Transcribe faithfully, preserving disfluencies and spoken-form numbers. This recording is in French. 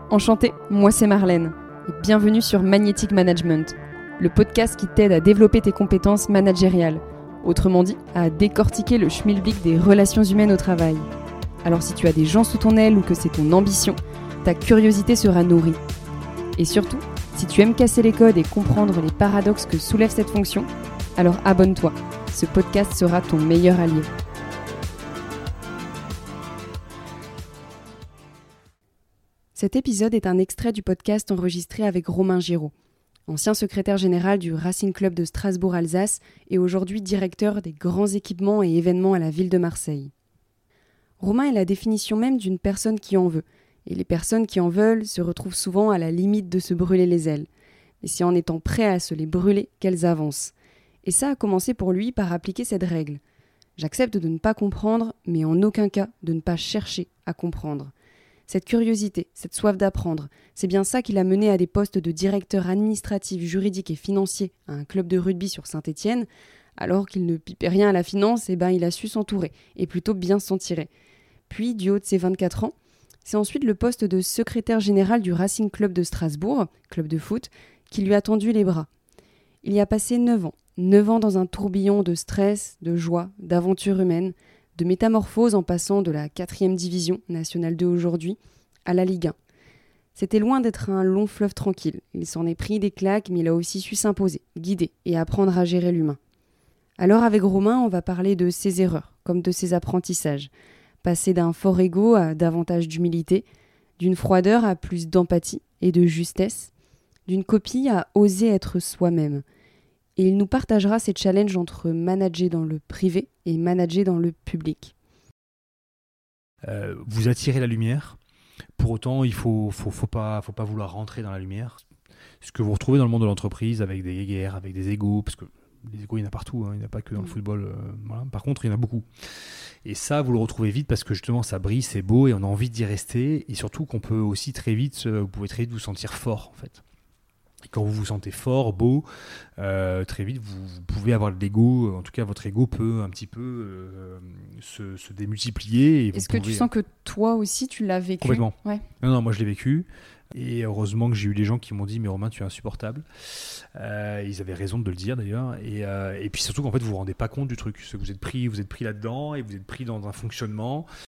Enchantée, moi c'est Marlène et bienvenue sur Magnetic Management, le podcast qui t'aide à développer tes compétences managériales, autrement dit à décortiquer le schmilblick des relations humaines au travail. Alors si tu as des gens sous ton aile ou que c'est ton ambition, ta curiosité sera nourrie. Et surtout, si tu aimes casser les codes et comprendre les paradoxes que soulève cette fonction, alors abonne-toi, ce podcast sera ton meilleur allié. Cet épisode est un extrait du podcast enregistré avec Romain Giraud, ancien secrétaire général du Racing Club de Strasbourg-Alsace et aujourd'hui directeur des grands équipements et événements à la ville de Marseille. Romain est la définition même d'une personne qui en veut, et les personnes qui en veulent se retrouvent souvent à la limite de se brûler les ailes. Mais c'est en étant prêt à se les brûler qu'elles avancent. Et ça a commencé pour lui par appliquer cette règle. J'accepte de ne pas comprendre, mais en aucun cas de ne pas chercher à comprendre. Cette curiosité, cette soif d'apprendre, c'est bien ça qui l'a mené à des postes de directeur administratif, juridique et financier à un club de rugby sur Saint-Étienne. Alors qu'il ne pipait rien à la finance, eh ben il a su s'entourer et plutôt bien s'en tirer. Puis, du haut de ses vingt-quatre ans, c'est ensuite le poste de secrétaire général du Racing Club de Strasbourg, club de foot, qui lui a tendu les bras. Il y a passé neuf ans, neuf ans dans un tourbillon de stress, de joie, d'aventures humaines, de métamorphose en passant de la quatrième division, Nationale deux aujourd'hui, à la Ligue un. C'était loin d'être un long fleuve tranquille. Il s'en est pris des claques, mais il a aussi su s'imposer, guider et apprendre à gérer l'humain. Alors avec Romain, on va parler de ses erreurs, comme de ses apprentissages. Passer d'un fort ego à davantage d'humilité, d'une froideur à plus d'empathie et de justesse, d'une copie à oser être soi-même. Et il nous partagera ses challenges entre manager dans le privé et manager dans le public. Euh, vous attirez la lumière. Pour autant, il ne faut, faut, faut pas, faut pas vouloir rentrer dans la lumière. Ce que vous retrouvez dans le monde de l'entreprise avec des guerres, avec des égos, parce que les égos, il y en a partout, hein, il n'y en a pas que dans le football. Euh, voilà. Par contre, il y en a beaucoup. Et ça, vous le retrouvez vite parce que justement, ça brille, c'est beau et on a envie d'y rester. Et surtout qu'on peut aussi très vite, vous pouvez très vite vous sentir fort, en fait. Et quand vous vous sentez fort, beau, euh, très vite, vous, vous pouvez avoir de l'ego. En tout cas, votre ego peut un petit peu euh, se, se démultiplier. Et Est-ce vous que pouvez... tu sens que toi aussi, tu l'as vécu ? Complètement. Ouais. Non, non, moi, je l'ai vécu. Et heureusement que j'ai eu des gens qui m'ont dit « Mais Romain, tu es insupportable euh, ». Ils avaient raison de le dire, d'ailleurs. Et, euh, et puis surtout qu'en fait, vous ne vous rendez pas compte du truc. C'est que vous êtes pris, vous êtes pris là-dedans et vous êtes pris dans un fonctionnement.